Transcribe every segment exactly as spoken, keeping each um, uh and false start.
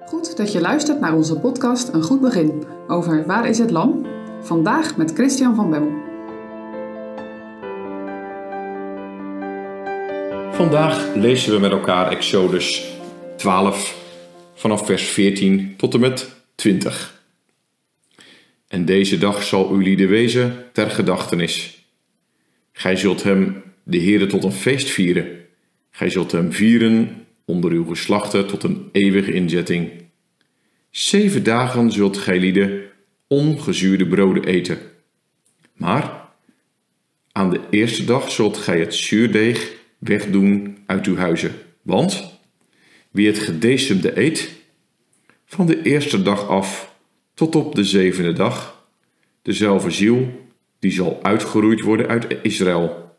Goed dat je luistert naar onze podcast Een Goed Begin over Waar is het Lam? Vandaag met Christian van Bemmel. Vandaag lezen we met elkaar Exodus twaalf vanaf vers veertien tot en met twintig. En deze dag zal uw lieden wezen ter gedachtenis. Gij zult hem, de Heere, tot een feest vieren. Gij zult hem vieren onder uw geslachten tot een eeuwige inzetting. Zeven dagen zult gij lieden ongezuurde broden eten. Maar aan de eerste dag zult gij het zuurdeeg wegdoen uit uw huizen. Want wie het gedecemde eet, van de eerste dag af tot op de zevende dag, dezelfde ziel, die zal uitgeroeid worden uit Israël.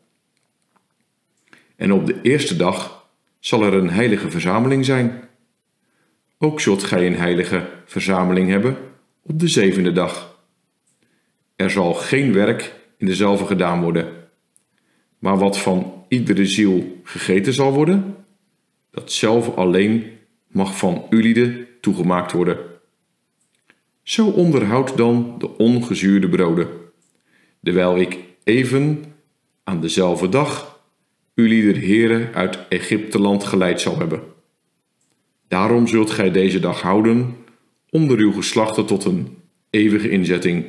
En op de eerste dag zal er een heilige verzameling zijn. Ook zult gij een heilige verzameling hebben op de zevende dag. Er zal geen werk in dezelfde gedaan worden. Maar wat van iedere ziel gegeten zal worden, datzelfde alleen mag van ulieden toegemaakt worden. Zo onderhoud dan de ongezuurde broden, terwijl ik even aan dezelfde dag ulieder Heere uit Egypteland geleid zal hebben. Daarom zult gij deze dag houden onder uw geslachten tot een eeuwige inzetting.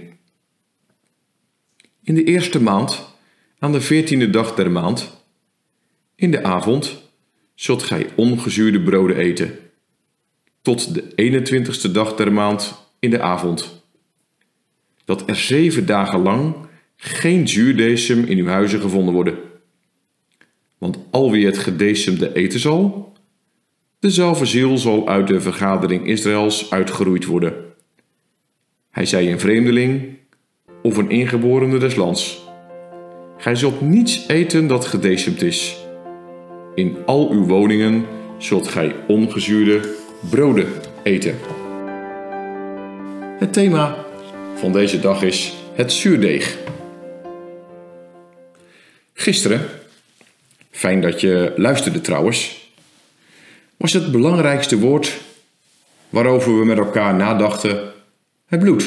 In de eerste maand, aan de veertiende dag der maand, in de avond, zult gij ongezuurde broden eten, tot de eenentwintigste dag der maand in de avond. Dat er zeven dagen lang geen zuurdecem in uw huizen gevonden worden. Want al wie het gedecemde eten zal, dezelfde ziel zal uit de vergadering Israëls uitgeroeid worden. Hij zij een vreemdeling of een ingeborene des lands. Gij zult niets eten dat gedecemd is. In al uw woningen zult gij ongezuurde broden eten. Het thema van deze dag is het zuurdeeg. Gisteren, fijn dat je luisterde trouwens, was het belangrijkste woord waarover we met elkaar nadachten het bloed.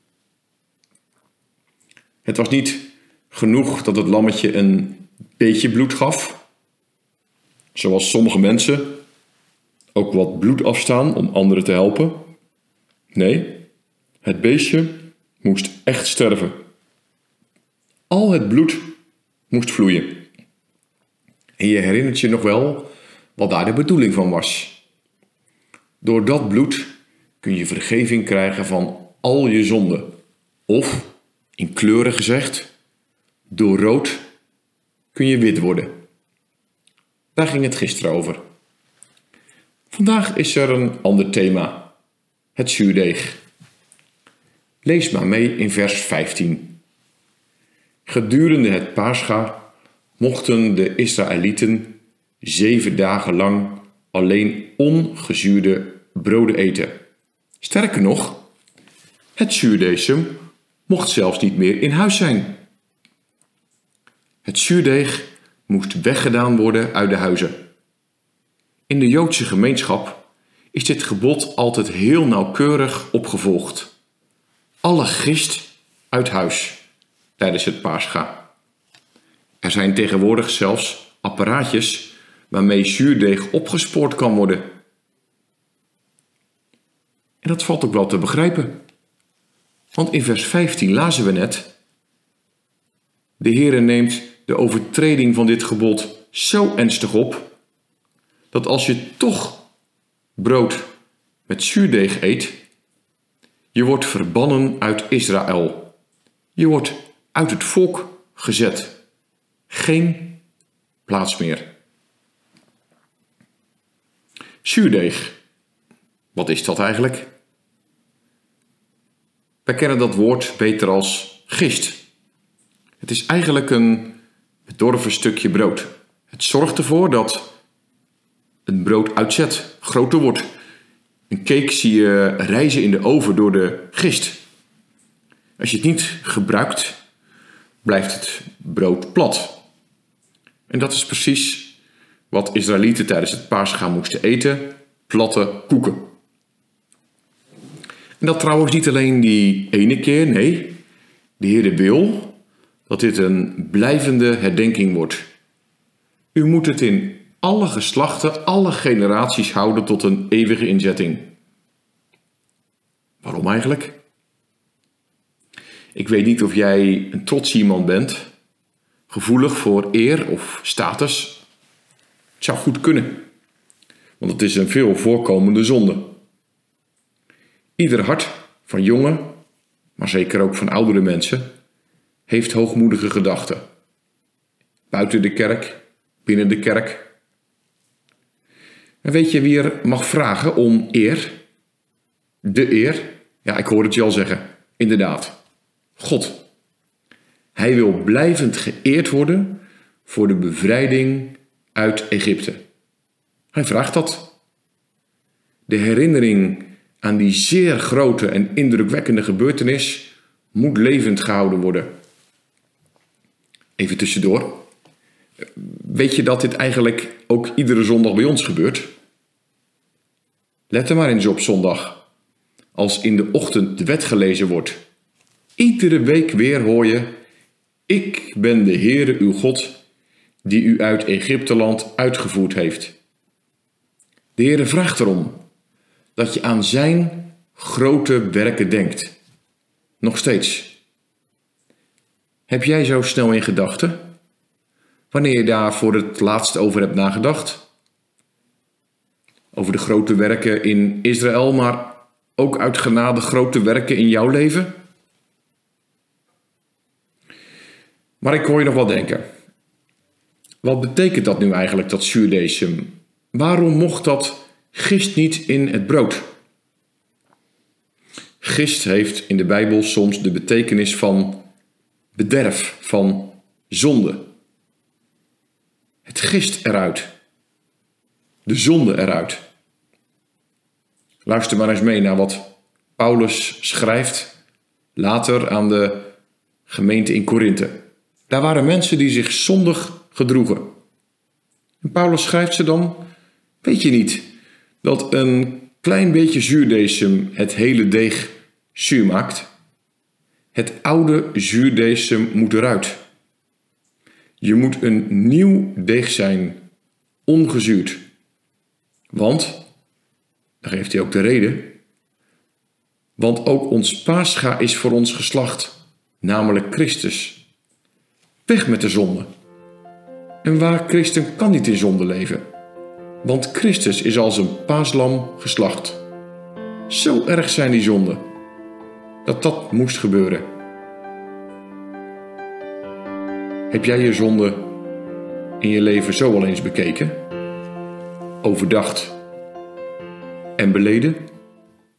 Het was niet genoeg dat het lammetje een beetje bloed gaf, zoals sommige mensen ook wat bloed afstaan om anderen te helpen. Nee, het beestje moest echt sterven. Al het bloed moest vloeien. En je herinnert je nog wel wat daar de bedoeling van was. Door dat bloed kun je vergeving krijgen van al je zonden. Of, in kleuren gezegd, door rood kun je wit worden. Daar ging het gisteren over. Vandaag is er een ander thema. Het zuurdeeg. Lees maar mee in vers vijftien. Gedurende het Pascha mochten de Israëlieten zeven dagen lang alleen ongezuurde broden eten. Sterker nog, het zuurdecem mocht zelfs niet meer in huis zijn. Het zuurdeeg moest weggedaan worden uit de huizen. In de Joodse gemeenschap is dit gebod altijd heel nauwkeurig opgevolgd. Alle gist uit huis tijdens het Pascha. Er zijn tegenwoordig zelfs apparaatjes waarmee zuurdeeg opgespoord kan worden. En dat valt ook wel te begrijpen. Want in vers vijftien lazen we net: de Heere neemt de overtreding van dit gebod zo ernstig op, dat als je toch brood met zuurdeeg eet, je wordt verbannen uit Israël. Je wordt uit het volk gezet. Geen plaats meer. Zuurdeeg. Wat is dat eigenlijk? Wij kennen dat woord beter als gist. Het is eigenlijk een bedorven stukje brood. Het zorgt ervoor dat het brood uitzet, groter wordt. Een cake zie je rijzen in de oven door de gist. Als je het niet gebruikt, blijft het brood plat. En dat is precies wat Israëlieten tijdens het Pascha moesten eten: platte koeken. En dat trouwens niet alleen die ene keer, nee. De Heere wil dat dit een blijvende herdenking wordt. U moet het in alle geslachten, alle generaties houden tot een eeuwige inzetting. Waarom eigenlijk? Ik weet niet of jij een trots iemand bent, gevoelig voor eer of status. Het zou goed kunnen, want het is een veel voorkomende zonde. Ieder hart van jonge, maar zeker ook van oudere mensen, heeft hoogmoedige gedachten. Buiten de kerk, binnen de kerk. En weet je wie er mag vragen om eer? De eer? Ja, ik hoor het je al zeggen. Inderdaad. God. Hij wil blijvend geëerd worden voor de bevrijding uit Egypte. Hij vraagt dat. De herinnering aan die zeer grote en indrukwekkende gebeurtenis moet levend gehouden worden. Even tussendoor. Weet je dat dit eigenlijk ook iedere zondag bij ons gebeurt? Let er maar eens op zondag. Als in de ochtend de wet gelezen wordt. Iedere week weer hoor je: ik ben de Heere uw God, die u uit Egypteland uitgevoerd heeft. De Heere vraagt erom dat je aan zijn grote werken denkt. Nog steeds. Heb jij zo snel in gedachten? Wanneer je daar voor het laatst over hebt nagedacht? Over de grote werken in Israël, maar ook uit genade grote werken in jouw leven? Maar ik hoor je nog wel denken. Wat betekent dat nu eigenlijk, dat zuurdesem? Waarom mocht dat gist niet in het brood? Gist heeft in de Bijbel soms de betekenis van bederf, van zonde. Het gist eruit. De zonde eruit. Luister maar eens mee naar wat Paulus schrijft later aan de gemeente in Korinthe. Daar waren mensen die zich zondig gedroegen. En Paulus schrijft ze dan: weet je niet dat een klein beetje zuurdesem het hele deeg zuur maakt? Het oude zuurdesem moet eruit. Je moet een nieuw deeg zijn, ongezuurd. Want, daar geeft hij ook de reden, want ook ons Pascha is voor ons geslacht, namelijk Christus. Weg met de zonde. En waar christen kan niet in zonde leven, want Christus is als een paaslam geslacht. Zo erg zijn die zonden, dat dat moest gebeuren. Heb jij je zonde in je leven zo al eens bekeken, overdacht en beleden?